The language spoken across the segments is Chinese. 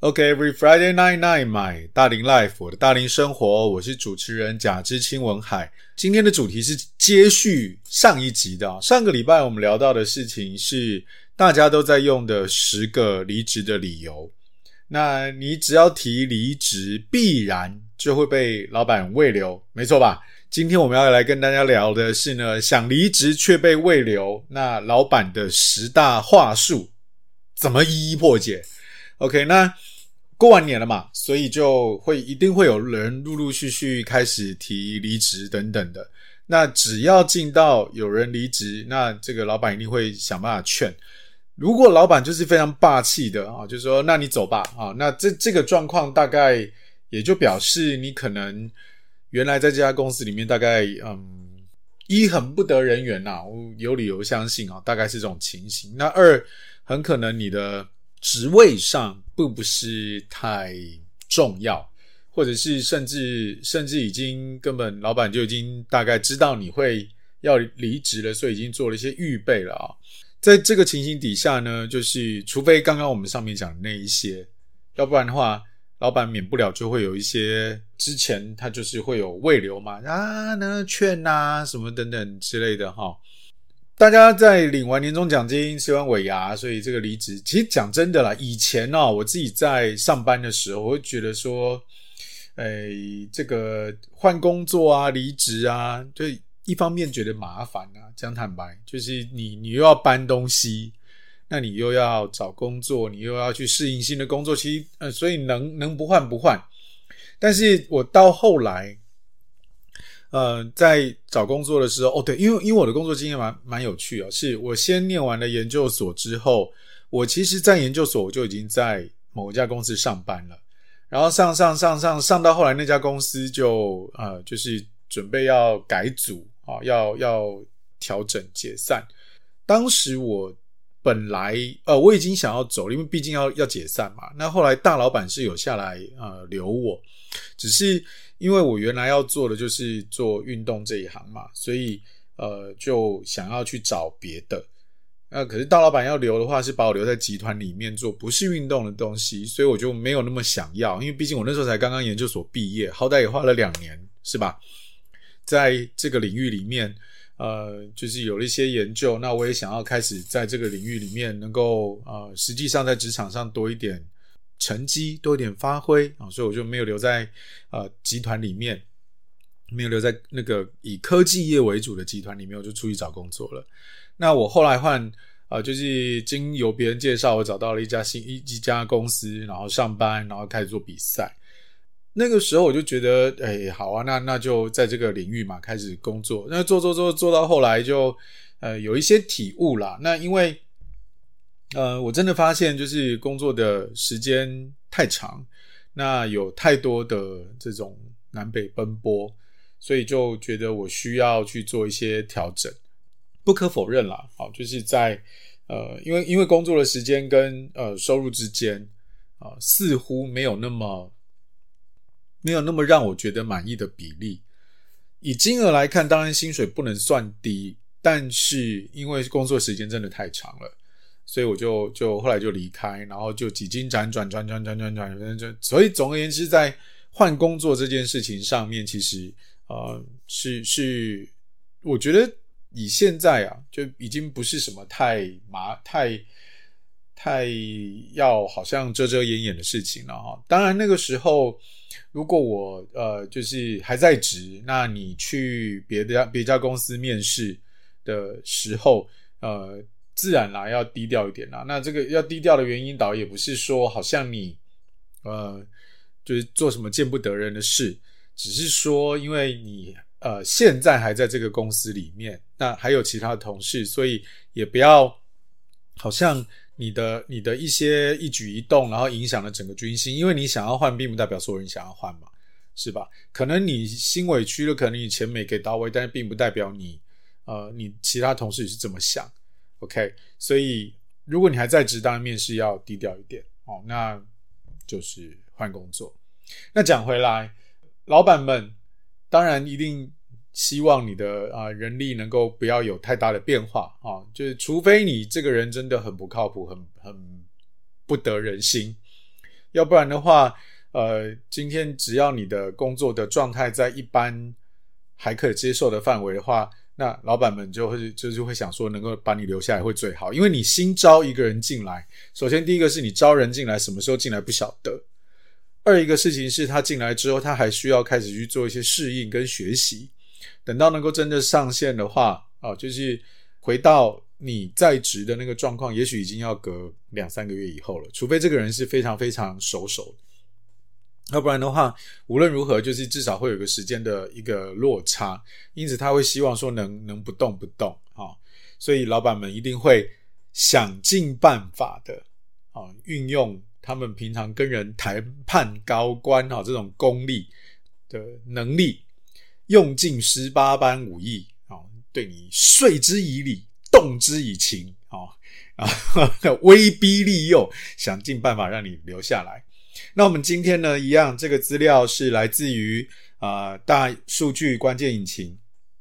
OK, every Friday night, 买大龄 life， 我的大龄生活，我是主持人贾之清文海。今天的主题是接续上一集的。上个礼拜我们聊到的事情是大家都在用的10个离职的理由。那你只要提离职，必然就会被老板慰留，没错吧？今天我们要来跟大家聊的是呢，想离职却被慰留，那老板的10大话术怎么一一破解？ OK， 那过完年了嘛，所以就一定会有人陆陆续续开始提离职等等的。那只要进到有人离职，那这个老板一定会想办法劝。如果老板就是非常霸气的啊，就说那你走吧啊，那这个状况大概也就表示你可能原来在这家公司里面大概一很不得人缘啊，我有理由相信啊，大概是这种情形。那2很可能你的职位上并不是太重要，或者是甚至已经根本老板就已经大概知道你会要离职了，所以已经做了一些预备了啊。在这个情形底下呢，就是除非刚刚我们上面讲的那一些，要不然的话老板免不了就会有一些之前他就是会有慰留嘛，那劝啊什么等等之类的齁。大家在领完年终奖金吃完尾牙，所以这个离职其实讲真的啦，以前我自己在上班的时候我会觉得说这个换工作啊离职啊，就一方面觉得麻烦啊，讲坦白就是你又要搬东西，那你又要找工作，你又要去适应新的工作，其实所以能不换不换。但是我到后来在找工作的时候对，因为我的工作经验蛮有趣是我先念完了研究所之后，我其实在研究所我就已经在某一家公司上班了，然后上到后来那家公司就是准备要改组要调整解散。当时我本来我已经想要走，因为毕竟要解散嘛。那后来大老板是有下来留我，只是因为我原来要做的就是做运动这一行嘛，所以就想要去找别的。可是大老板要留的话是把我留在集团里面做不是运动的东西，所以我就没有那么想要，因为毕竟我那时候才刚刚研究所毕业，好歹也花了2年是吧，在这个领域里面就是有了一些研究，那我也想要开始在这个领域里面能够实际上在职场上多一点成绩，多一点发挥所以我就没有留在集团里面，没有留在那个以科技业为主的集团里面，我就出去找工作了。那我后来换就是经由别人介绍，我找到了一家公司，然后上班，然后开始做比赛。那个时候我就觉得好啊，那就在这个领域嘛开始工作。那做到后来就有一些体悟啦。那因为我真的发现就是工作的时间太长，那有太多的这种南北奔波，所以就觉得我需要去做一些调整。不可否认啦，就是在因为工作的时间跟收入之间似乎没有那么让我觉得满意的比例。以金额来看，当然薪水不能算低，但是因为工作时间真的太长了，所以我就后来就离开，然后就几经辗转，所以总而言之，在换工作这件事情上面，其实是我觉得以现在就已经不是什么太要好像遮遮掩掩的事情了当然那个时候如果我就是还在职，那你去别家公司面试的时候自然啦要低调一点啦。那这个要低调的原因倒也不是说好像你就是做什么见不得人的事，只是说因为你现在还在这个公司里面，那还有其他的同事，所以也不要好像你的一些一举一动然后影响了整个军心，因为你想要换并不代表所有人想要换嘛，是吧？可能你心委屈了，可能你钱没给到位，但是并不代表你其他同事也是这么想 OK， 所以如果你还在职，当然面试要低调一点那就是换工作。那讲回来，老板们当然一定希望你的人力能够不要有太大的变化就是除非你这个人真的很不靠谱，很不得人心， 要不然的话今天只要你的工作的状态在一般还可以接受的范围的话，那老板们就是会想说能够把你留下来会最好。因为你新招一个人进来，首先第一个是你招人进来什么时候进来不晓得，二一个事情是他进来之后他还需要开始去做一些适应跟学习，等到能够真的上线的话就是回到你在职的那个状况，也许已经要隔2-3个月以后了，除非这个人是非常非常熟手，要不然的话无论如何就是至少会有个时间的一个落差，因此他会希望说能不动不动所以老板们一定会想尽办法的运用他们平常跟人谈判高官这种功力的能力，用尽18般武艺对你说之以理动之以情威逼利诱，想尽办法让你留下来。那我们今天呢一样，这个资料是来自于大数据关键引擎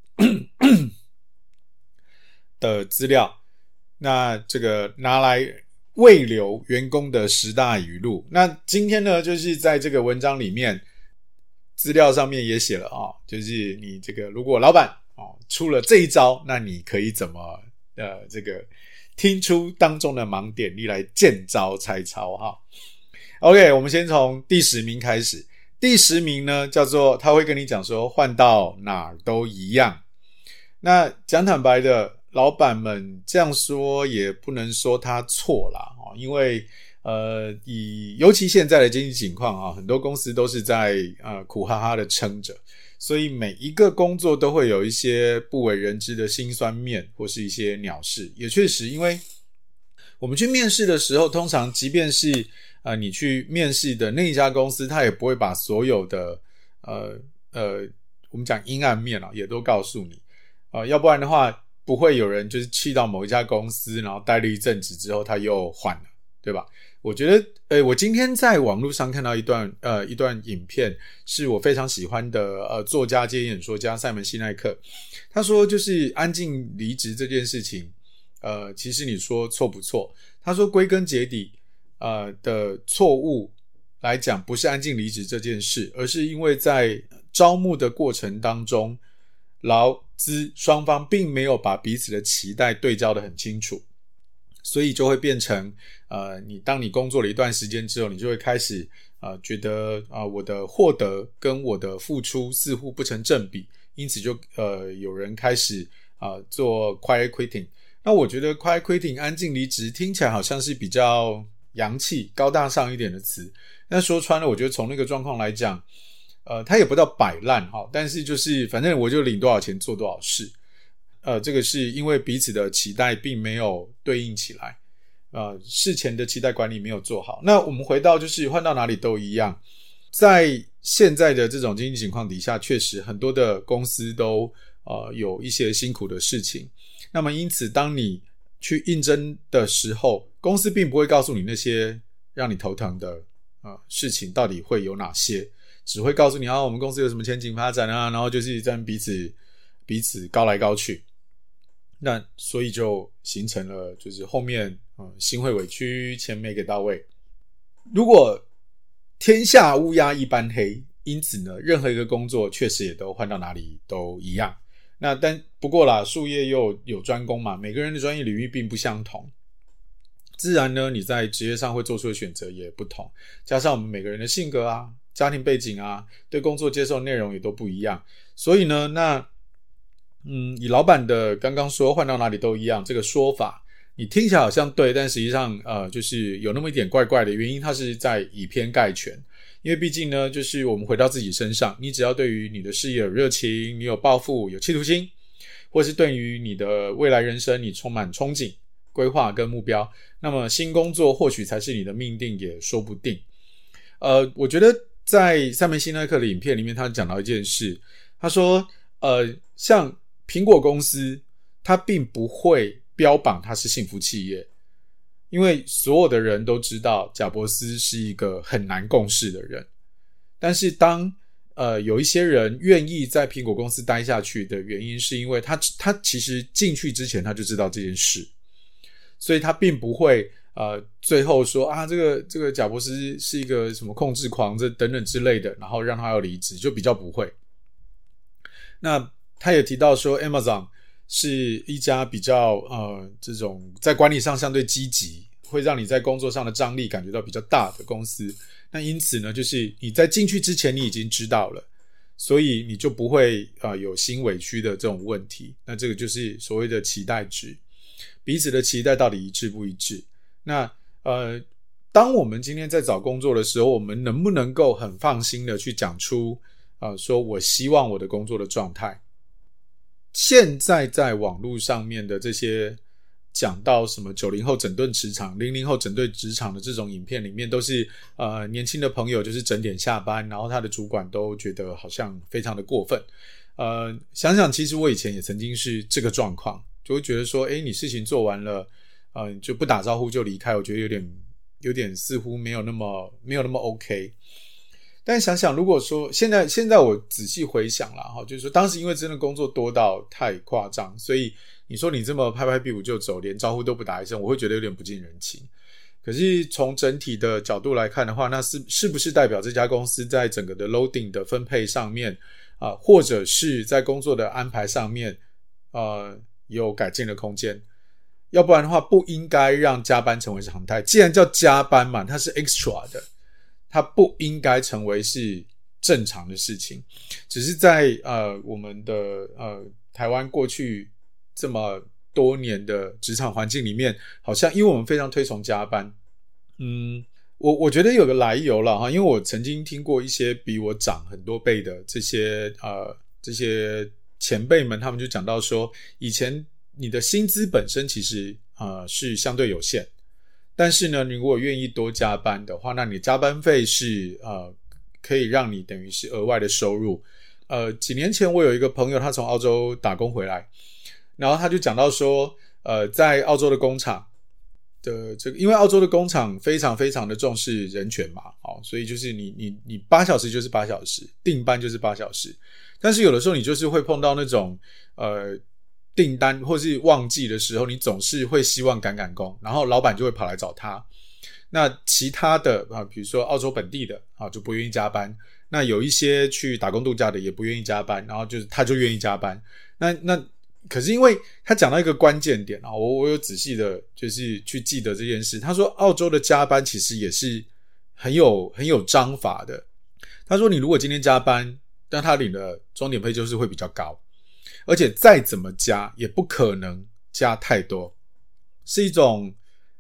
的资料，那这个拿来慰留员工的10大语录。那今天呢就是在这个文章里面资料上面也写了就是你这个如果老板出了这一招，那你可以怎么这个听出当中的盲点，你来见招拆招OK， 我们先从第10名开始。第10名呢叫做他会跟你讲说换到哪儿都一样。那讲坦白的，老板们这样说也不能说他错啦因为尤其现在的经济情况很多公司都是在苦哈哈的撑着，所以每一个工作都会有一些不为人知的辛酸面或是一些鸟事。也确实，因为我们去面试的时候，通常即便是你去面试的那一家公司，他也不会把所有的我们讲阴暗面也都告诉你要不然的话不会有人就是去到某一家公司，然后待了一阵子之后他又换了，对吧？我觉得我今天在网络上看到一段影片，是我非常喜欢的作家兼演说家塞门西奈克。他说就是安静离职这件事情其实你说错不错，他说归根结底的错误来讲不是安静离职这件事，而是因为在招募的过程当中，劳资双方并没有把彼此的期待对焦得很清楚，所以就会变成当你工作了一段时间之后，你就会开始觉得我的获得跟我的付出似乎不成正比，因此就有人开始做 quiet quitting。 那我觉得 quiet quitting 安静离职听起来好像是比较洋气高大上一点的词，那说穿了我觉得从那个状况来讲它也不到摆烂但是就是反正我就领多少钱做多少事这个是因为彼此的期待并没有对应起来事前的期待管理没有做好。那我们回到就是换到哪里都一样，在现在的这种经济情况底下，确实很多的公司都有一些辛苦的事情。那么因此当你去应征的时候，公司并不会告诉你那些让你头疼的事情到底会有哪些，只会告诉你我们公司有什么前景发展然后就是在彼此高来高去。那所以就形成了就是后面心会委屈，钱没给到位。如果天下乌鸦一般黑，因此呢任何一个工作确实也都换到哪里都一样。那不过啦，术业又有专攻嘛，每个人的专业领域并不相同，自然呢你在职业上会做出的选择也不同，加上我们每个人的性格家庭背景对工作接受的内容也都不一样。所以呢以老板的刚刚说换到哪里都一样这个说法，你听起来好像对，但实际上就是有那么一点怪怪的，原因它是在以偏概全。因为毕竟呢就是我们回到自己身上，你只要对于你的事业有热情，你有抱负，有企图心，或是对于你的未来人生你充满憧憬规划跟目标，那么新工作或许才是你的命定也说不定。我觉得在塞门西奈克的影片里面他讲到一件事，他说像苹果公司它并不会标榜它是幸福企业，因为所有的人都知道贾伯斯是一个很难共事的人。但是当有一些人愿意在苹果公司待下去的原因，是因为他其实进去之前他就知道这件事，所以他并不会最后说啊这个贾伯斯是一个什么控制狂这等等之类的，然后让他要离职，就比较不会。那他也提到说 Amazon 是一家比较这种在管理上相对积极，会让你在工作上的张力感觉到比较大的公司。那因此呢，就是你在进去之前你已经知道了，所以你就不会有心委屈的这种问题。那这个就是所谓的期待值，彼此的期待到底一致不一致。那当我们今天在找工作的时候，我们能不能够很放心的去讲出说我希望我的工作的状态。现在在网络上面的这些讲到什么90后整顿职场00后整顿职场的这种影片里面，都是年轻的朋友就是整点下班，然后他的主管都觉得好像非常的过分。想想其实我以前也曾经是这个状况，就会觉得说你事情做完了就不打招呼就离开，我觉得有点似乎没有那么 OK。但想想如果说现在我仔细回想啦，就是说当时因为真的工作多到太夸张，所以你说你这么拍拍屁股就走，连招呼都不打一声，我会觉得有点不近人情。可是从整体的角度来看的话，那是不是代表这家公司在整个的 loading 的分配上面或者是在工作的安排上面有改进的空间？要不然的话不应该让加班成为常态。既然叫加班嘛，它是 extra 的，它不应该成为是正常的事情。只是在我们的台湾过去这么多年的职场环境里面，好像因为我们非常推崇加班，我觉得有个来由啦，因为我曾经听过一些比我长很多辈的这些前辈们，他们就讲到说，以前你的薪资本身其实是相对有限，但是呢，你如果愿意多加班的话，那你加班费是可以让你等于是额外的收入。几年前我有一个朋友，他从澳洲打工回来，然后他就讲到说在澳洲的工厂的这个，因为澳洲的工厂非常非常的重视人权嘛，所以就是你8小时就是8小时，订班就是8小时。但是有的时候你就是会碰到那种订单或是旺季的时候，你总是会希望赶工，然后老板就会跑来找他。那其他的比如说澳洲本地的就不愿意加班，那有一些去打工度假的也不愿意加班，然后就是他就愿意加班。那可是因为他讲到一个关键点我有仔细的就是去记得这件事。他说澳洲的加班其实也是很有章法的。他说你如果今天加班，但他领的钟点费就是会比较高，而且再怎么加也不可能加太多，是一种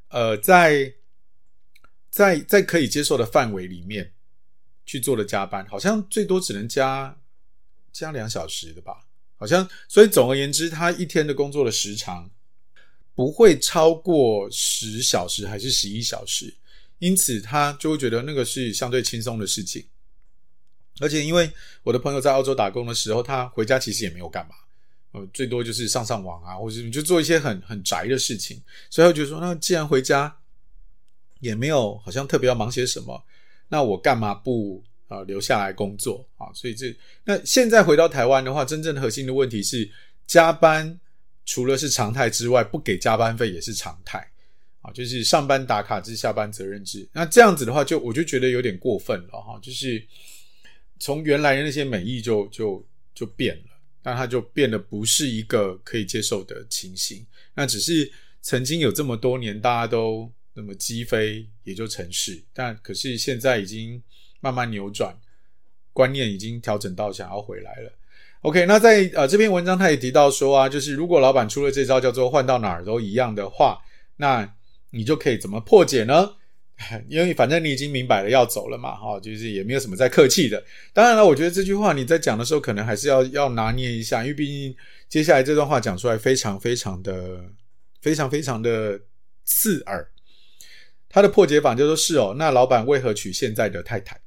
在可以接受的范围里面去做的加班，好像最多只能加2小时的吧，好像。所以总而言之，他一天的工作的时长不会超过10小时还是11小时，因此他就会觉得那个是相对轻松的事情。而且因为我的朋友在澳洲打工的时候，他回家其实也没有干嘛，最多就是上网或者你就做一些很宅的事情，所以他就觉得说，那既然回家也没有好像特别要忙些什么，那我干嘛不留下来工作所以那现在回到台湾的话，真正核心的问题是加班除了是常态之外，不给加班费也是常态就是上班打卡制，下班责任制。那这样子的话我就觉得有点过分了就是从原来的那些美意就变了，但它就变得不是一个可以接受的情形。那只是曾经有这么多年大家都那么鸡飞也就成事，但可是现在已经慢慢扭转，观念已经调整到想要回来了。OK， 那在这篇文章他也提到说就是如果老板出了这招叫做换到哪儿都一样的话，那你就可以怎么破解呢？因为反正你已经明白了要走了嘛就是也没有什么再客气的。当然了，我觉得这句话你在讲的时候可能还是要拿捏一下，因为毕竟接下来这段话讲出来非常非常的刺耳。他的破解法就说是那老板为何娶现在的太太？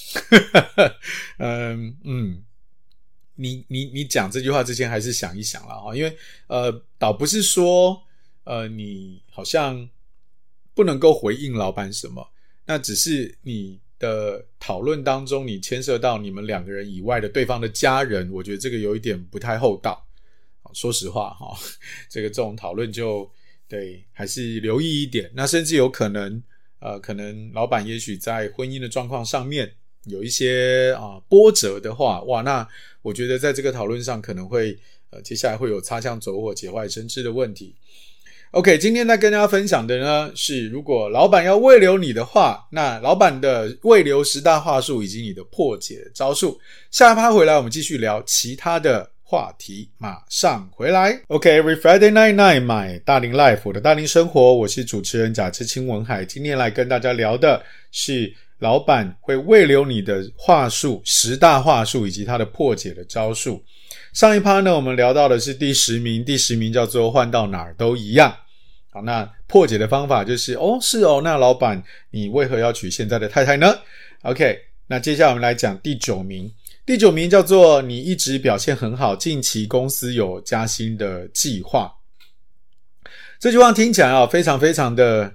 你讲这句话之前还是想一想啦因为倒不是说你好像不能够回应老板什么，那只是你的讨论当中你牵涉到你们2个人以外的对方的家人，我觉得这个有一点不太厚道。说实话这种讨论就对，还是留意一点。那甚至有可能可能老板也许在婚姻的状况上面有一些波折的话，哇，那我觉得在这个讨论上可能会接下来会有擦枪走火、节外生枝的问题。OK， 今天在跟大家分享的呢是，如果老板要慰留你的话，那老板的慰留10大话术以及你的破解招数。下一趴回来我们继续聊其他的话题，马上回来。OK，Every Friday night 买大龄 Life， 我的大龄生活，我是主持人贾志清文海。今天来跟大家聊的是老板会慰留你的话术，10大话术以及它的破解的招数。上一趴呢，我们聊到的是第10名，第10名叫做换到哪儿都一样。好，那破解的方法就是那老板你为何要娶现在的太太呢？ OK， 那接下来我们来讲第9名。第9名叫做你一直表现很好，近期公司有加薪的计划。这句话听起来非常非常的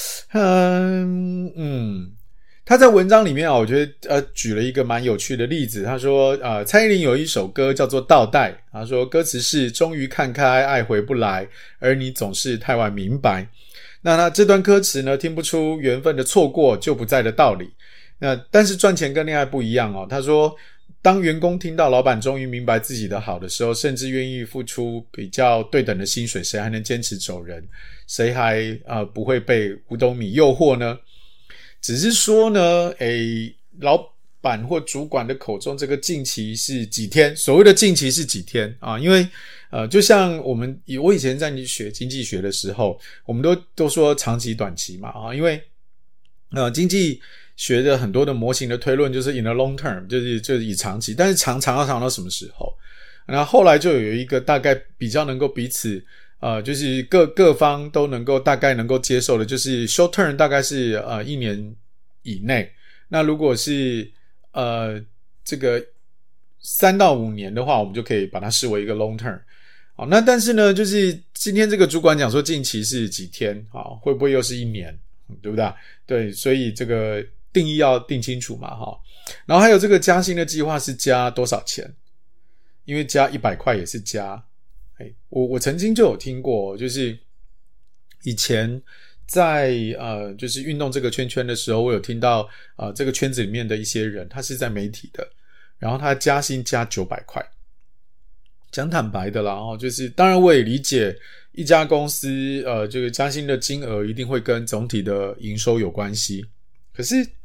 他在文章里面我觉得举了一个蛮有趣的例子。他说蔡依林有一首歌叫做倒带，他说歌词是终于看开，爱回不来，而你总是太晚明白。那他这段歌词呢，听不出缘分的错过就不在的道理。那但是赚钱跟恋爱不一样他说当员工听到老板终于明白自己的好的时候，甚至愿意付出比较对等的薪水，谁还能坚持走人？谁还不会被五斗米诱惑呢？只是说呢老板或主管的口中这个近期是几天，所谓的近期是几天因为就像我以前在学经济学的时候，我们都说长期短期嘛因为经济学的很多的模型的推论就是 in the long term， 就是以长期，但是长到什么时候？然后后来就有一个大概比较能够彼此就是各方都能够大概能够接受的，就是 short term 大概是1年以内。那如果是这个3到5年的话，我们就可以把它视为一个 long term。好，那但是呢，就是今天这个主管讲说近期是几天会不会又是1年，对不对？对，所以这个定义要定清楚嘛然后还有这个加薪的计划是加多少钱？因为加100块也是加。我曾经就有听过，就是以前在就是运动这个圈圈的时候，我有听到这个圈子里面的一些人，他是在媒体的，然后他加薪加900块。讲坦白的啦就是当然我也理解一家公司这个加薪的金额一定会跟总体的营收有关系，可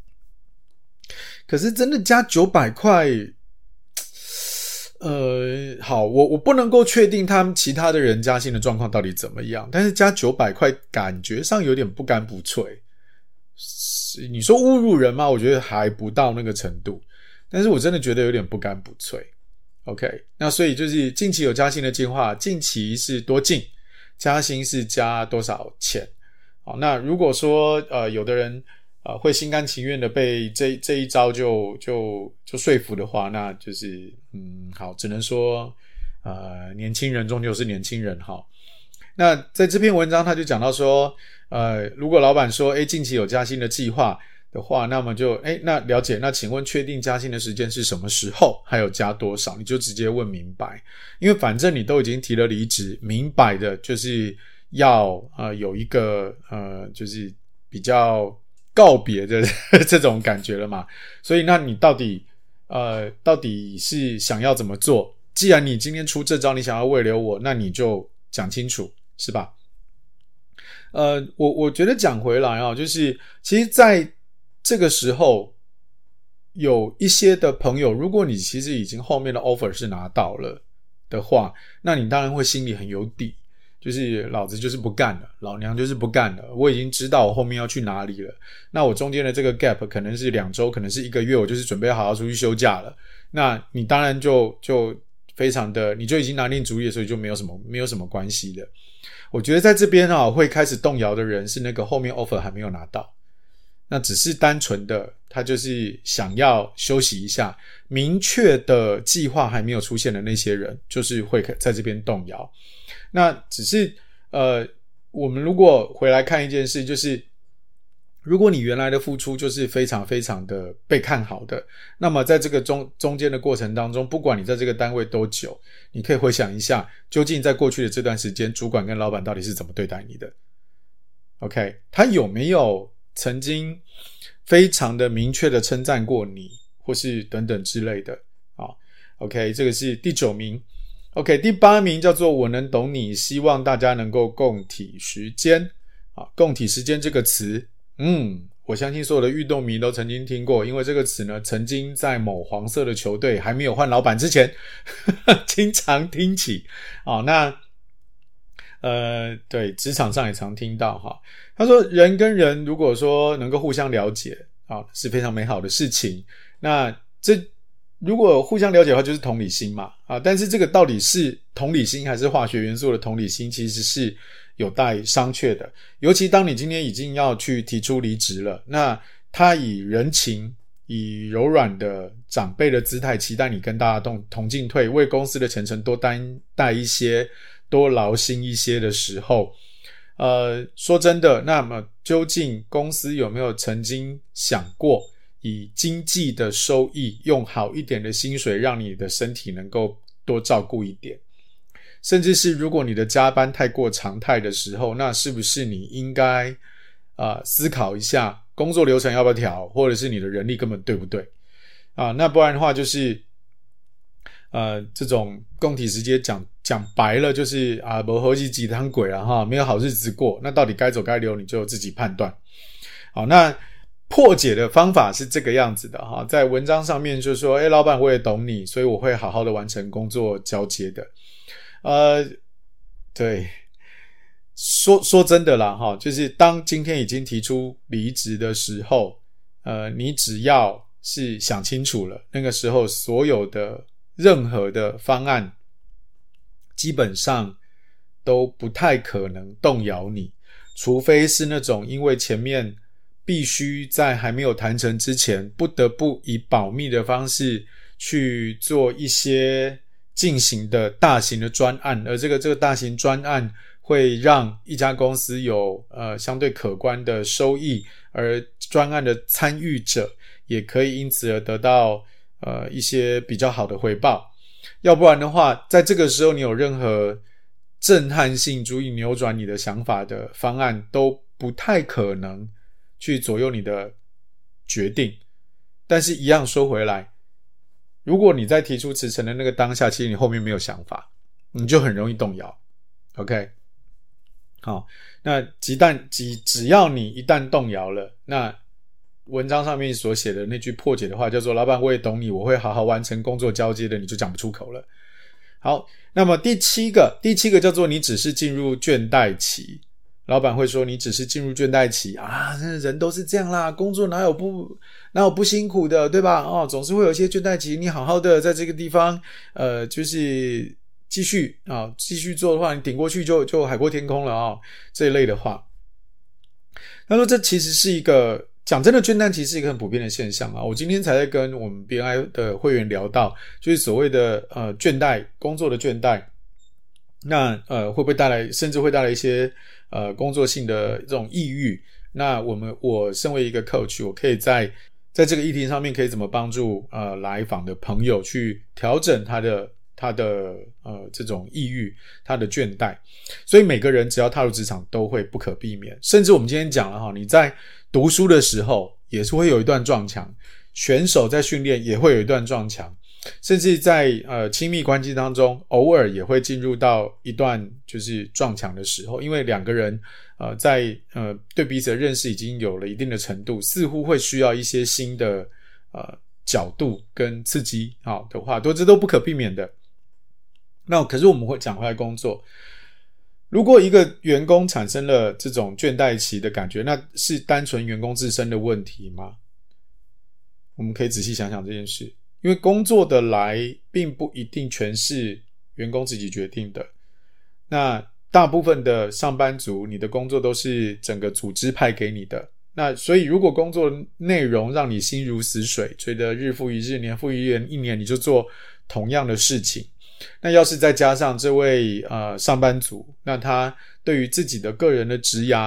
是真的加900块好，我不能够确定他们其他的人加薪的状况到底怎么样，但是加900块感觉上有点不干不脆。你说侮辱人吗？我觉得还不到那个程度，但是我真的觉得有点不干不脆。OK， 那所以就是近期有加薪的计划，近期是多近，加薪是加多少钱。好，那如果说有的人会心甘情愿的被这一招就说服的话，那就是好，只能说年轻人终究是年轻人那在这篇文章他就讲到说如果老板说近期有加薪的计划的话，那么就那了解，那请问确定加薪的时间是什么时候，还有加多少？你就直接问明白，因为反正你都已经提了离职，明白的就是要有一个就是比较告别的这种感觉了嘛。所以那你到底是想要怎么做？既然你今天出这招，你想要慰留我，那你就讲清楚，是吧？我觉得讲回来就是其实在这个时候有一些的朋友，如果你其实已经后面的 offer 是拿到了的话，那你当然会心里很有底，就是老子就是不干了，老娘就是不干了，我已经知道我后面要去哪里了，那我中间的这个 gap 可能是2周，可能是1个月，我就是准备好好出去休假了。那你当然就非常的，你就已经拿定主意，所以就没有什么关系的。我觉得在这边会开始动摇的人是那个后面 offer 还没有拿到，那只是单纯的他就是想要休息一下，明确的计划还没有出现的那些人就是会在这边动摇。那只是我们如果回来看一件事，就是如果你原来的付出就是非常非常的被看好的，那么在这个中间的过程当中，不管你在这个单位多久，你可以回想一下，究竟在过去的这段时间，主管跟老板到底是怎么对待你的。 OK， 他有没有曾经非常的明确的称赞过你，或是等等之类的。好 OK， 这个是第9名。 OK， 第8名叫做我能懂你，希望大家能够共体时间。好，共体时间这个词我相信所有的运动迷都曾经听过，因为这个词呢，曾经在某黄色的球队还没有换老板之前经常听起。好，那对，职场上也常听到哈。他说人跟人如果说能够互相了解是非常美好的事情。那这如果互相了解的话就是同理心嘛但是这个到底是同理心还是化学元素的同理心，其实是有待商榷的。尤其当你今天已经要去提出离职了，那他以人情以柔软的长辈的姿态期待你跟大家同进退，为公司的前程多担待一些，多劳心一些的时候，说真的，那么究竟公司有没有曾经想过以经济的收益，用好一点的薪水，让你的身体能够多照顾一点？甚至是如果你的加班太过常态的时候，那是不是你应该思考一下工作流程要不要调，或者是你的人力根本对不对那不然的话就是这种共体时间讲白了就是没好日子几汤鬼没有好日子过，那到底该走该留你就自己判断。好，那破解的方法是这个样子的在文章上面就说老板我也懂你，所以我会好好的完成工作交接的。对，说真的啦就是当今天已经提出离职的时候，你只要是想清楚了，那个时候所有的任何的方案基本上都不太可能动摇你，除非是那种因为前面必须在还没有谈成之前不得不以保密的方式去做一些进行的大型的专案，而这个大型专案会让一家公司有相对可观的收益，而专案的参与者也可以因此而得到一些比较好的回报。要不然的话，在这个时候你有任何震撼性足以扭转你的想法的方案，都不太可能去左右你的决定。但是一样说回来，如果你在提出辞呈的那个当下，其实你后面没有想法，你就很容易动摇。 OK， 好，那只要你一旦动摇了，那文章上面所写的那句破解的话叫做老板我也懂你，我会好好完成工作交接的，你就讲不出口了。好，那么第七个叫做你只是进入倦怠期。老板会说你只是进入倦怠期人都是这样啦，工作哪有不辛苦的，对吧总是会有一些倦怠期，你好好的在这个地方就是继续做的话，你顶过去就海阔天空了这一类的话。他说这其实是一个讲真的，倦怠期是一个很普遍的现象我今天才在跟我们 BNI 的会员聊到，就是所谓的倦怠，工作的倦怠，那会不会带来，甚至会带来一些工作性的这种抑郁。那我身为一个 coach， 我可以在这个议题上面可以怎么帮助来访的朋友去调整他的这种抑郁，他的倦怠。所以每个人只要踏入职场都会不可避免，甚至我们今天讲了你在读书的时候也是会有一段撞墙，选手在训练也会有一段撞墙，甚至在亲密关系当中偶尔也会进入到一段就是撞墙的时候，因为两个人在对彼此的认识已经有了一定的程度，似乎会需要一些新的角度跟刺激的话，这都不可避免的。那可是我们会讲回来工作，如果一个员工产生了这种倦怠期的感觉，那是单纯员工自身的问题吗？我们可以仔细想想这件事，因为工作的来并不一定全是员工自己决定的。那大部分的上班族，你的工作都是整个组织派给你的，那所以如果工作内容让你心如死水，觉得日复一日年复一年，一年你就做同样的事情，那要是再加上这位上班族，那他对于自己的个人的职涯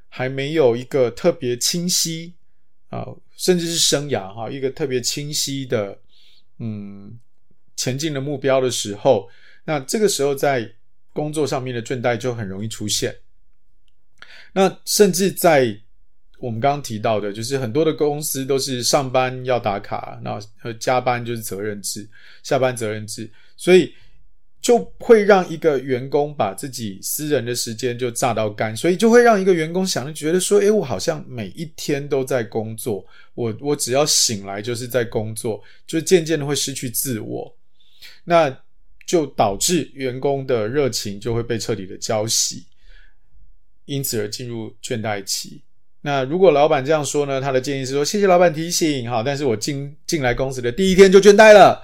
还没有一个特别清晰甚至是生涯一个特别清晰的前进的目标的时候，那这个时候在工作上面的倦怠就很容易出现。那甚至在我们刚刚提到的，就是很多的公司都是上班要打卡，然后加班就是责任制，下班责任制，所以就会让一个员工把自己私人的时间就榨到干，所以就会让一个员工觉得说我好像每一天都在工作，我只要醒来就是在工作，就渐渐的会失去自我，那就导致员工的热情就会被彻底的浇熄，因此而进入倦怠期。那如果老板这样说呢，他的建议是说谢谢老板提醒，但是我进来公司的第一天就倦怠了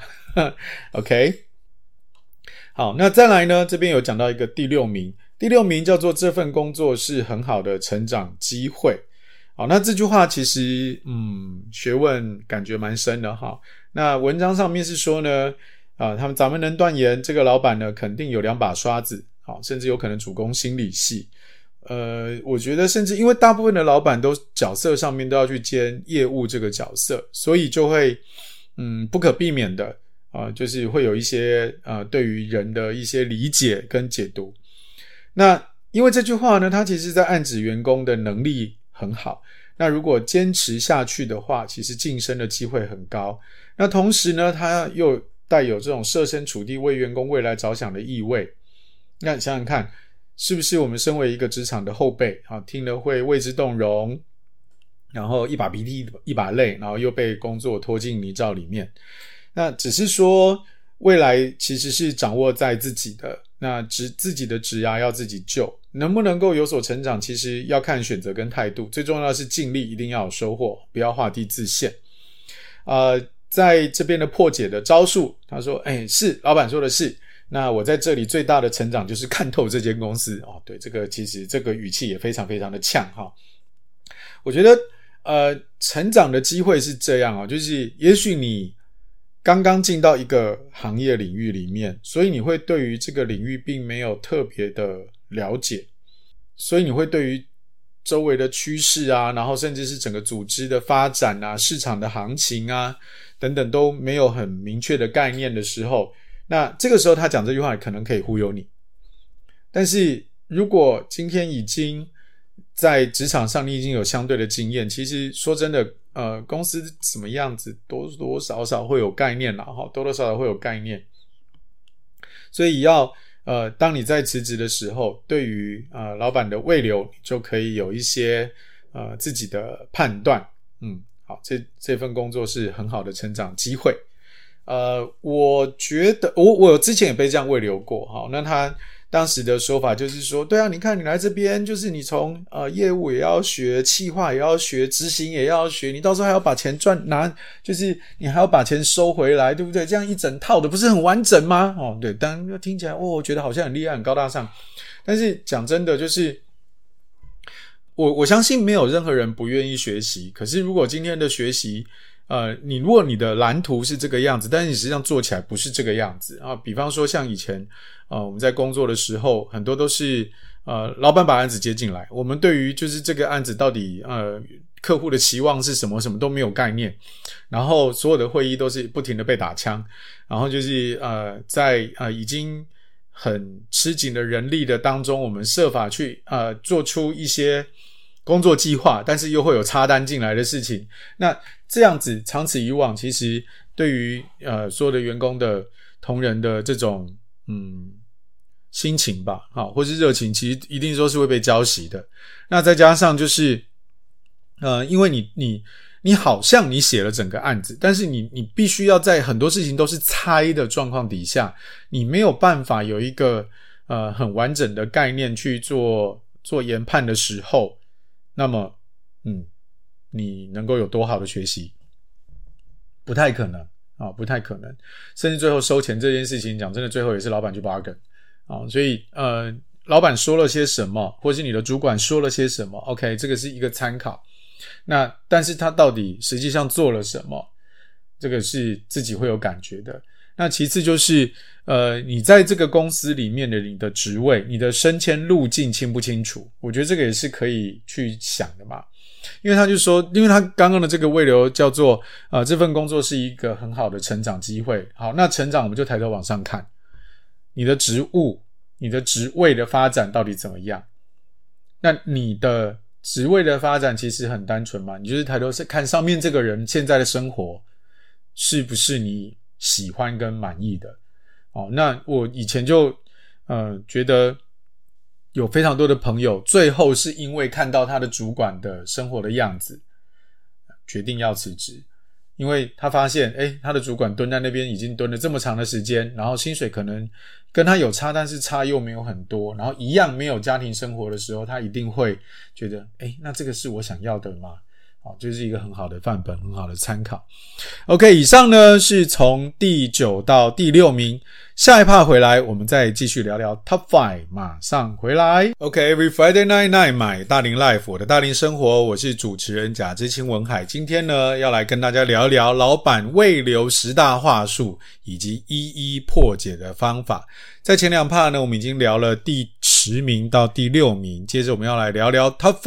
OK， 好，那再来呢，这边有讲到一个第六名叫做这份工作是很好的成长机会。好，那这句话其实学问感觉蛮深的哈。那文章上面是说呢咱们能断言这个老板呢肯定有2把刷子，甚至有可能主攻心理系。我觉得甚至因为大部分的老板都角色上面都要去兼业务这个角色，所以就会不可避免的就是会有一些对于人的一些理解跟解读。那因为这句话呢，它其实在暗指员工的能力很好，那如果坚持下去的话，其实晋升的机会很高。那同时呢，它又带有这种设身处地为员工未来着想的意味。那你想想看，是不是我们身为一个职场的后辈听了会为之动容，然后一把鼻涕一把泪，然后又被工作拖进泥沼里面。那只是说未来其实是掌握在自己的，那自己的职涯要自己救，能不能够有所成长，其实要看选择跟态度，最重要的是尽力一定要有收获，不要画地自限。在这边的破解的招数，他说是老板说的是，那我在这里最大的成长就是看透这间公司对，这个其实这个语气也非常非常的呛我觉得成长的机会是这样就是也许你刚刚进到一个行业领域里面，所以你会对于这个领域并没有特别的了解，所以你会对于周围的趋势然后甚至是整个组织的发展市场的行情等等都没有很明确的概念的时候，那这个时候他讲这句话可能可以忽悠你。但是如果今天已经在职场上你已经有相对的经验，其实说真的公司什么样子多多少少会有概念啦多多少少会有概念。所以当你在辞职的时候，对于老板的慰留，你就可以有一些自己的判断。好，这份工作是很好的成长机会。我觉得我之前也被这样慰留过。好，那他当时的说法就是说，对你看你来这边，就是你从业务也要学，企划也要学，执行也要学，你到时候还要把钱就是你还要把钱收回来，对不对？这样一整套的不是很完整吗？对，当然听起来我觉得好像很厉害很高大上，但是讲真的就是我相信没有任何人不愿意学习，可是如果今天的学习如果你的蓝图是这个样子，但是你实际上做起来不是这个样子比方说像以前我们在工作的时候，很多都是老板把案子接进来，我们对于就是这个案子到底客户的期望是什么什么都没有概念，然后所有的会议都是不停的被打枪，然后就是在已经很吃紧的人力的当中，我们设法去做出一些工作计划，但是又会有插单进来的事情。那这样子长此以往，其实对于所有的员工的同仁的这种心情吧或是热情，其实一定说是会被浇熄的。那再加上就是因为你好像你写了整个案子，但是你必须要在很多事情都是猜的状况底下，你没有办法有一个很完整的概念去做研判的时候，那么你能够有多好的学习？不太可能不太可能。甚至最后收钱这件事情，讲真的最后也是老板去 bargain所以老板说了些什么，或是你的主管说了些什么 OK， 这个是一个参考。那但是他到底实际上做了什么，这个是自己会有感觉的。 那其次就是你在这个公司里面的你的职位，你的升迁路径清不清楚，我觉得这个也是可以去想的嘛。因为他就说，因为他刚刚的这个位流叫做这份工作是一个很好的成长机会。好，那成长我们就抬头往上看，你的职务你的职位的发展到底怎么样。那你的职位的发展其实很单纯嘛，你就是抬头看上面这个人现在的生活是不是你喜欢跟满意的。那我以前就觉得有非常多的朋友最后是因为看到他的主管的生活的样子决定要辞职，因为他发现他的主管蹲在那边已经蹲了这么长的时间，然后薪水可能跟他有差，但是差又没有很多，然后一样没有家庭生活的时候，他一定会觉得那这个是我想要的吗？就是一个很好的范本，很好的参考。OK， 以上呢是从第9到第6名，下一 part 回来我们再继续聊聊 Top 5， 马上回来。OK，Every Friday night 买大龄 Life， 我的大龄生活，我是主持人贾之清文海。今天呢要来跟大家聊一聊老板胃流10大话术以及一一破解的方法。在前2 part 呢我们已经聊了第10名到第6名，接着我们要来聊聊 Top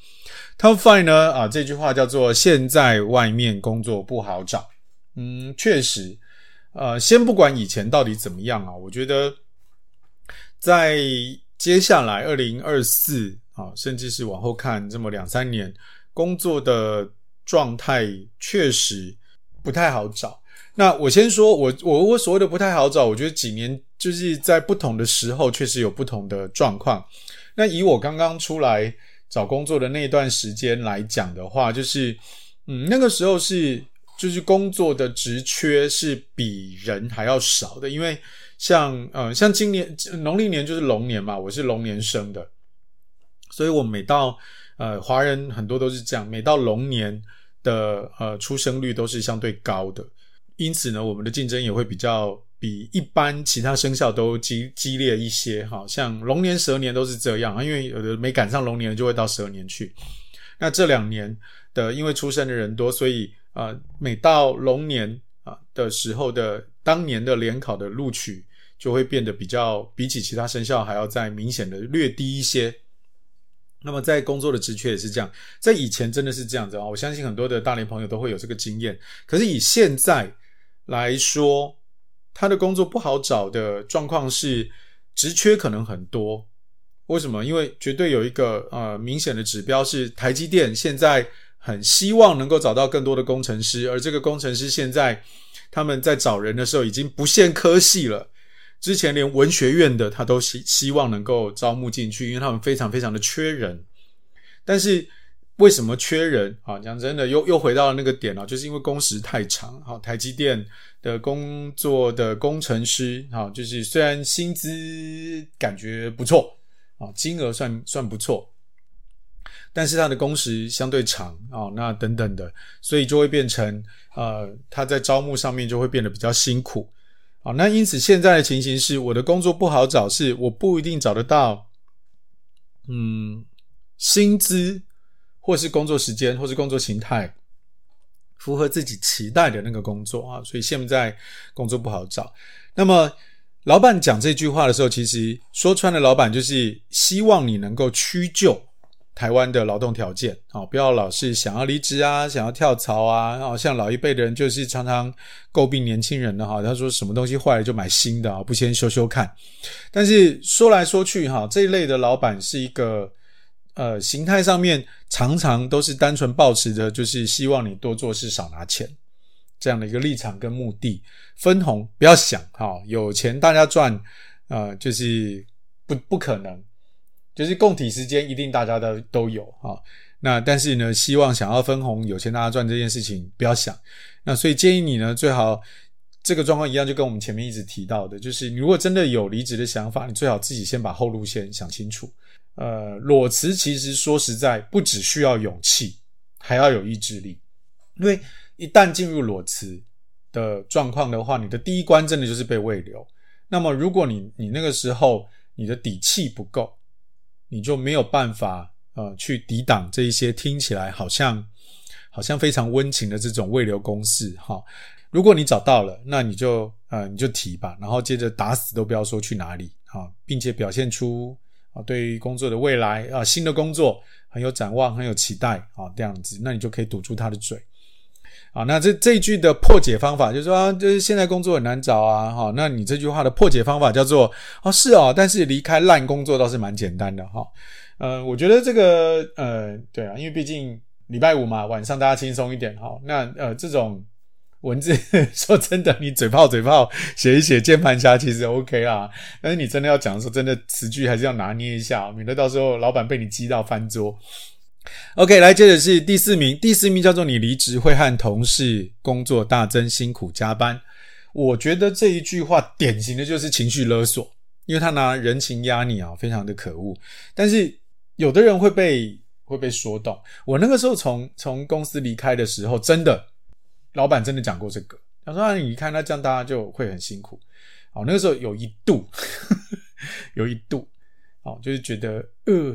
5。Top 5呢这句话叫做现在外面工作不好找。确实先不管以前到底怎么样我觉得在接下来2024甚至是往后看这么2-3年，工作的状态确实不太好找。那我先说我所谓的不太好找，我觉得几年就是在不同的时候确实有不同的状况。那以我刚刚出来找工作的那段时间来讲的话，就是那个时候就是工作的职缺是比人还要少的。因为像今年农历年就是龙年嘛，我是龙年生的，所以我每到华人很多都是这样，每到龙年的出生率都是相对高的，因此呢我们的竞争也会比一般其他生肖都激烈一些。像龙年蛇年都是这样，因为有的没赶上龙年就会到蛇年去。那这2年的因为出生的人多，所以每到龙年的时候的当年的联考的录取就会变得比起其他生肖还要再明显的略低一些。那么在工作的职缺也是这样，在以前真的是这样子我相信很多的大龄朋友都会有这个经验。可是以现在来说，他的工作不好找的状况是职缺可能很多。为什么？因为绝对有一个明显的指标是台积电现在很希望能够找到更多的工程师，而这个工程师现在他们在找人的时候已经不限科系了，之前连文学院的他都希望能够招募进去，因为他们非常非常的缺人。但是为什么缺人讲真的又回到了那个点就是因为工时太长。台积电的工作的工程师就是虽然薪资感觉不错金额算不错，但是他的工时相对长那等等的，所以就会变成他在招募上面就会变得比较辛苦。那因此现在的情形是我的工作不好找，是我不一定找得到薪资或是工作时间或是工作形态符合自己期待的那个工作所以现在工作不好找。那么老板讲这句话的时候，其实说穿了老板就是希望你能够屈就台湾的劳动条件不要老是想要离职想要跳槽像老一辈的人就是常常诟病年轻人的他说什么东西坏了就买新的不先修修看。但是说来说去这一类的老板是一个形态上面常常都是单纯抱持着就是希望你多做事少拿钱这样的一个立场跟目的。分红不要想有钱大家赚就是不可能，就是共体时间一定大家都有那但是呢希望想要分红有钱大家赚这件事情不要想。那所以建议你呢最好这个状况一样，就跟我们前面一直提到的，就是你如果真的有离职的想法，你最好自己先把后路先想清楚。裸辞其实说实在不只需要勇气，还要有意志力。因为一旦进入裸辞的状况的话，你的第一关真的就是被慰留。那么如果你那个时候你的底气不够，你就没有办法去抵挡这一些听起来好像非常温情的这种慰留公式如果你找到了，那你就提吧，然后接着打死都不要说去哪里并且表现出对于工作的未来新的工作很有展望，很有期待这样子，那你就可以堵住他的嘴那这一句的破解方法就是说就是现在工作很难找那你这句话的破解方法叫做是但是离开烂工作倒是蛮简单的我觉得这个对因为毕竟礼拜五嘛，晚上大家轻松一点那这种文字说真的，你嘴炮写一写键盘侠其实 OK 啦，但是你真的要讲的时候，真的词句还是要拿捏一下免得到时候老板被你激到翻桌。OK， 来接着是第10名叫做你离职会和同事工作大增，辛苦加班。我觉得这一句话典型的就是情绪勒索，因为他拿人情压你非常的可恶。但是有的人会被说动。我那个时候从公司离开的时候，真的老板真的讲过这个，他说你离开那这样大家就会很辛苦。那个时候有一度就是觉得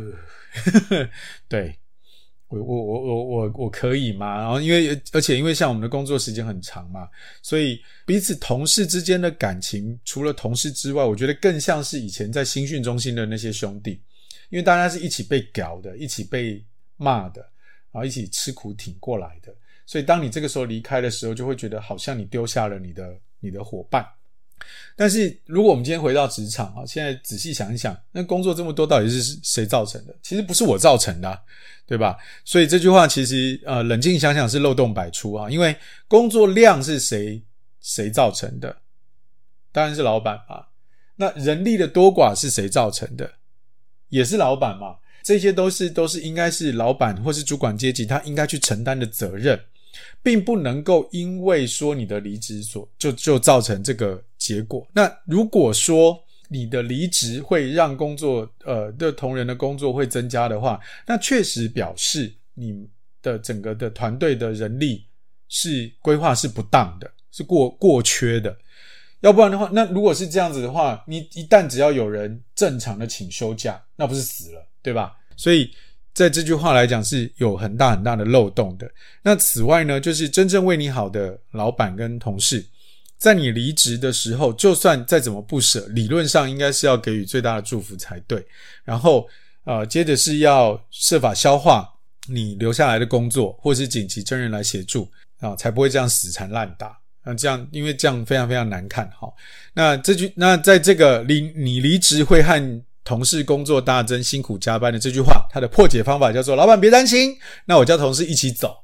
对。我可以吗？然后而且因为像我们的工作时间很长嘛，所以彼此同事之间的感情，除了同事之外，我觉得更像是以前在新训中心的那些兄弟，因为大家是一起被搞的，一起被骂的，然后一起吃苦挺过来的，所以当你这个时候离开的时候，就会觉得好像你丢下了你的伙伴。但是如果我们今天回到职场现在仔细想一想，那工作这么多到底是谁造成的？其实不是我造成的对吧？所以这句话其实冷静想想是漏洞百出因为工作量是谁造成的？当然是老板嘛。那人力的多寡是谁造成的？也是老板嘛。这些都是应该是老板或是主管阶级他应该去承担的责任，并不能够因为说你的离职就造成这个结果。那如果说你的离职会让工作的同仁的工作会增加的话，那确实表示你的整个的团队的人力是规划是不当的，是过缺的。要不然的话，那如果是这样子的话，你一旦只要有人正常的请休假，那不是死了，对吧？所以在这句话来讲是有很大的漏洞的。那此外呢，就是真正为你好的老板跟同事，在你离职的时候，就算再怎么不舍，理论上应该是要给予最大的祝福才对。然后接着是要设法消化你留下来的工作，或是紧急真人来协助才不会这样死缠烂打。这样因为这样非常非常难看那在这个你离职会和同事工作大增，辛苦加班的这句话，它的破解方法叫做老板别担心，那我叫同事一起走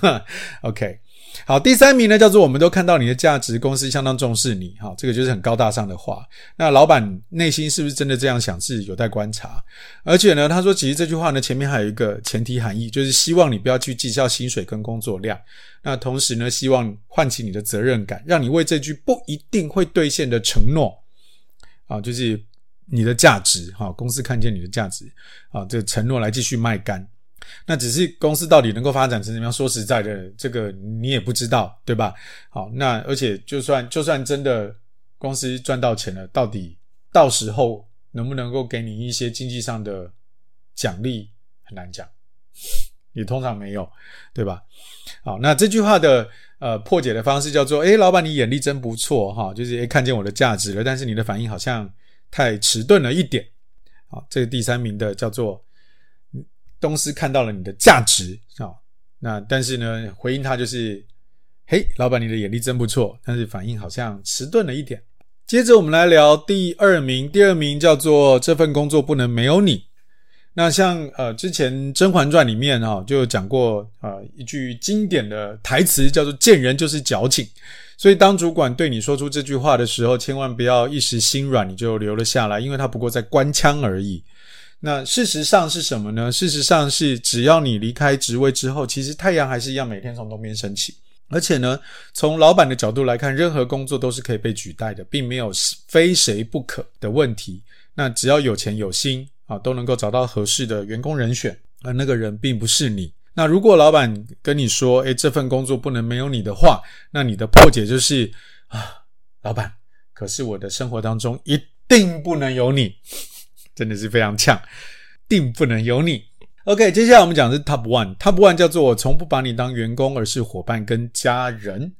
OK， 好，第3名呢叫做我们都看到你的价值，公司相当重视你这个就是很高大上的话。那老板内心是不是真的这样想是有待观察。而且呢他说其实这句话呢前面还有一个前提含义，就是希望你不要去计较薪水跟工作量，那同时呢希望唤起你的责任感，让你为这句不一定会兑现的承诺就是你的价值公司看见你的价值这个承诺来继续卖干。那只是公司到底能够发展成怎么样，说实在的这个你也不知道，对吧？好，那而且就算真的公司赚到钱了，到底到时候能不能够给你一些经济上的奖励很难讲，也通常没有，对吧？好，那这句话的破解的方式叫做老板你眼力真不错就是看见我的价值了，但是你的反应好像太迟钝了一点。好，这个第3名的叫做公司看到了你的价值那但是呢回应他就是嘿老板你的眼力真不错，但是反应好像迟钝了一点。接着我们来聊第2名叫做这份工作不能没有你。那像之前《甄嬛传》里面就有讲过一句经典的台词叫做见人就是矫情，所以当主管对你说出这句话的时候，千万不要一时心软你就留了下来，因为他不过在官腔而已。那事实上是什么呢？事实上是只要你离开职位之后，其实太阳还是一样每天从东边升起。而且呢从老板的角度来看，任何工作都是可以被取代的，并没有非谁不可的问题。那只要有钱有心都能够找到合适的员工人选，而那个人并不是你。那如果老板跟你说这份工作不能没有你的话，那你的破解就是老板可是我的生活当中一定不能有你，真的是非常呛，定不能有你。 OK， 接下来我们讲的是 Top 1 Top 1叫做我从不把你当员工，而是伙伴跟家人。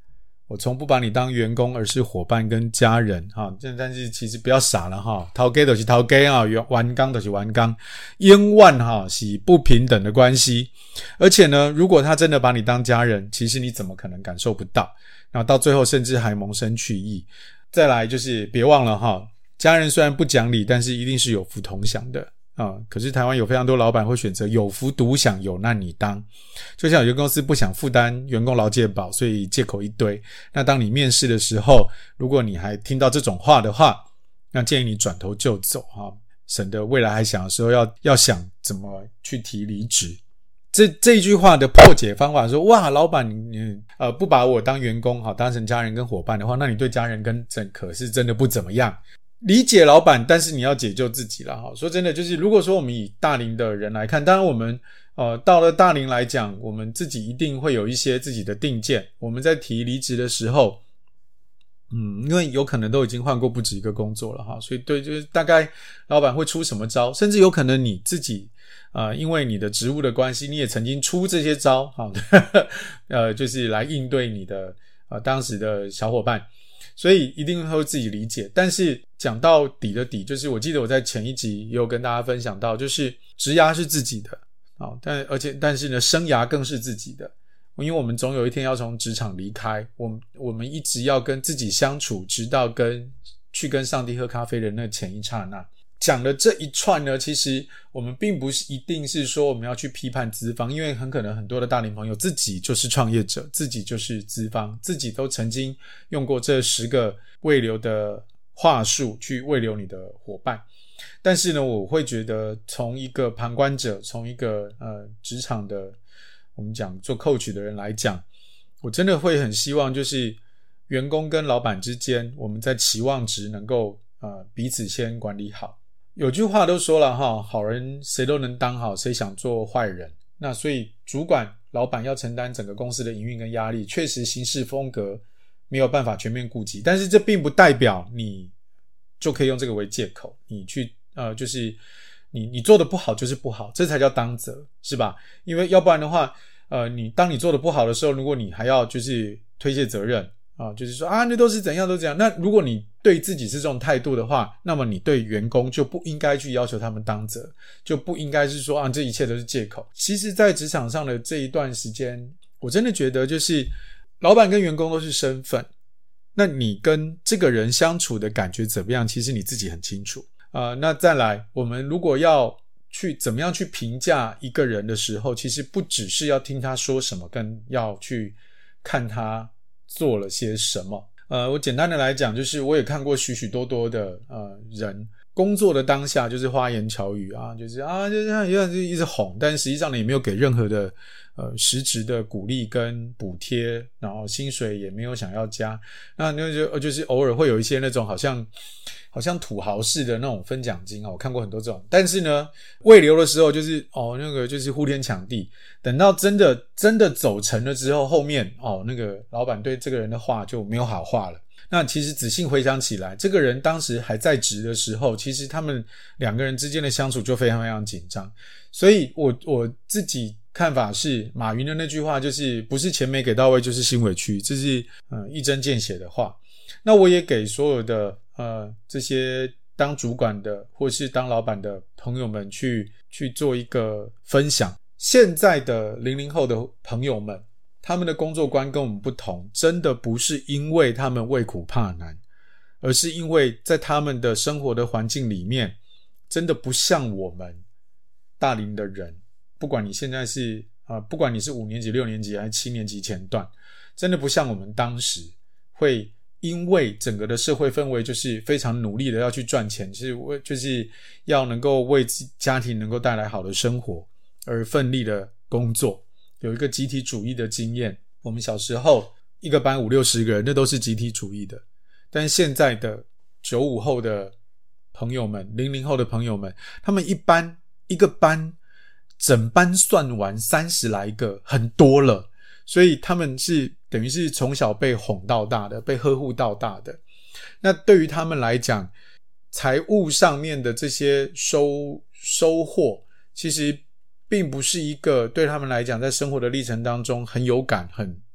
我从不把你当员工，而是伙伴跟家人但是其实不要傻了头家就是头家员工就是员工，冤枉是不平等的关系。而且呢，如果他真的把你当家人，其实你怎么可能感受不到？然后到最后甚至还萌生去意。再来就是别忘了家人虽然不讲理，但是一定是有福同享的可是台湾有非常多老板会选择有福独享，有难你当。就像有些公司不想负担员工劳健保，所以借口一堆。那当你面试的时候，如果你还听到这种话的话，那建议你转头就走省得未来还想的时候要想怎么去提离职。这一句话的破解方法说，哇，老板你不把我当员工当成家人跟伙伴的话，那你对家人跟可是真的不怎么样。理解老板，但是你要解救自己啦说真的，就是如果说我们以大龄的人来看，当然我们到了大龄来讲，我们自己一定会有一些自己的定见。我们在提离职的时候因为有可能都已经换过不止一个工作了所以对，就是大概老板会出什么招，甚至有可能你自己因为你的职务的关系，你也曾经出这些招就是来应对你的当时的小伙伴，所以一定会自己理解。但是讲到底的底，就是我记得我在前一集也有跟大家分享到，就是职涯是自己的但是呢，生涯更是自己的。因为我们总有一天要从职场离开，我们一直要跟自己相处，直到去跟上帝喝咖啡的那前一刹那。讲的这一串呢，其实我们并不是一定是说我们要去批判资方，因为很可能很多的大龄朋友自己就是创业者，自己就是资方，自己都曾经用过这10个慰留的话术去慰留你的伙伴。但是呢，我会觉得从一个旁观者，从一个职场的我们讲做 coach 的人来讲，我真的会很希望就是员工跟老板之间，我们在期望值能够彼此先管理好。有句话都说了好人谁都能当好，谁想做坏人。那所以主管老板要承担整个公司的营运跟压力，确实行事风格没有办法全面顾及，但是这并不代表你就可以用这个为借口，你去就是你做的不好就是不好，这才叫当责，是吧？因为要不然的话当你做的不好的时候，如果你还要就是推卸责任就是说那都是怎样都怎样，那如果你对自己是这种态度的话，那么你对员工就不应该去要求他们当责，就不应该是说这一切都是借口。其实在职场上的这一段时间，我真的觉得就是老板跟员工都是身份，那你跟这个人相处的感觉怎么样，其实你自己很清楚那再来，我们如果要去怎么样去评价一个人的时候，其实不只是要听他说什么，更要去看他做了些什么。我简单的来讲，就是我也看过许许多多的人工作的当下就是花言巧语就是就一直哄，但实际上呢也没有给任何的实质的鼓励跟补贴，然后薪水也没有想要加。那就是偶尔会有一些那种好像土豪式的那种分奖金我看过很多这种。但是呢，慰留的时候就是那个就是呼天抢地，等到真的走成了之后，后面那个老板对这个人的话就没有好话了。那其实仔细回想起来，这个人当时还在职的时候，其实他们两个人之间的相处就非常非常紧张。所以我自己看法是，马云的那句话就是不是钱没给到位就是心委屈，这是一针见血的话。那我也给所有的这些当主管的或是当老板的朋友们去做一个分享。现在的00后的朋友们，他们的工作观跟我们不同，真的不是因为他们畏苦怕难，而是因为在他们的生活的环境里面，真的不像我们大龄的人，不管你现在是不管你是5年级、6年级还是7年级前段，真的不像我们当时会因为整个的社会氛围就是非常努力的要去赚钱，就是要能够为家庭能够带来好的生活而奋力的工作，有一个集体主义的经验。我们小时候一个班50-60个人，那都是集体主义的。但现在的95后的朋友们，00后的朋友们，他们一个班整班算完30来个，很多了。所以他们是等于是从小被哄到大的，被呵护到大的。那对于他们来讲，财务上面的这些收获，其实并不是一个对他们来讲在生活的历程当中很有感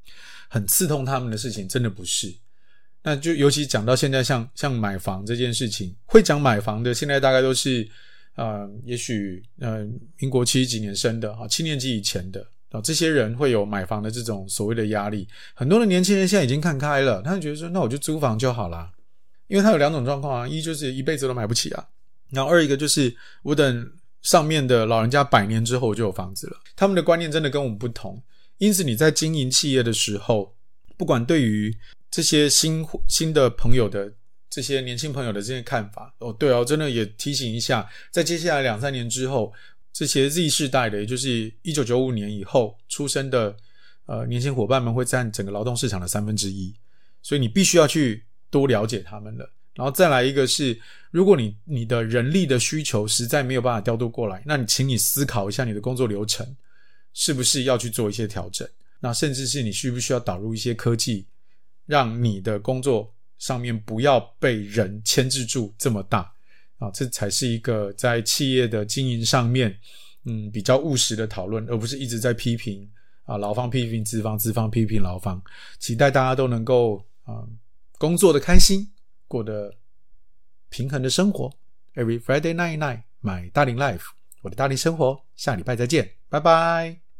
很刺痛他们的事情，真的不是。那就尤其讲到现在像买房这件事情，会讲买房的现在大概都是也许民国70几年生的7年级以前的这些人会有买房的这种所谓的压力。很多的年轻人现在已经看开了，他就觉得说那我就租房就好啦，因为他有2种状况一就是一辈子都买不起然后2一个就是我等上面的老人家100年之后我就有房子了。他们的观念真的跟我们不同，因此你在经营企业的时候，不管对于这些新的朋友的这些年轻朋友的这些看法对真的也提醒一下，在接下来2-3年之后，这些 Z 世代的，也就是1995年以后出生的年轻伙伴们会占整个劳动市场的1/3，所以你必须要去多了解他们了。然后再来一个是，如果你的人力的需求实在没有办法调度过来，那请你思考一下你的工作流程是不是要去做一些调整，那甚至是你需不需要导入一些科技，让你的工作上面不要被人牵制住这么大这才是一个在企业的经营上面比较务实的讨论，而不是一直在批评劳方批评资方，资方批评劳方。期待大家都能够工作的开心，过得平衡的生活。 Every Friday night my Darling Life， 我的大龄生活，下礼拜再见，拜拜。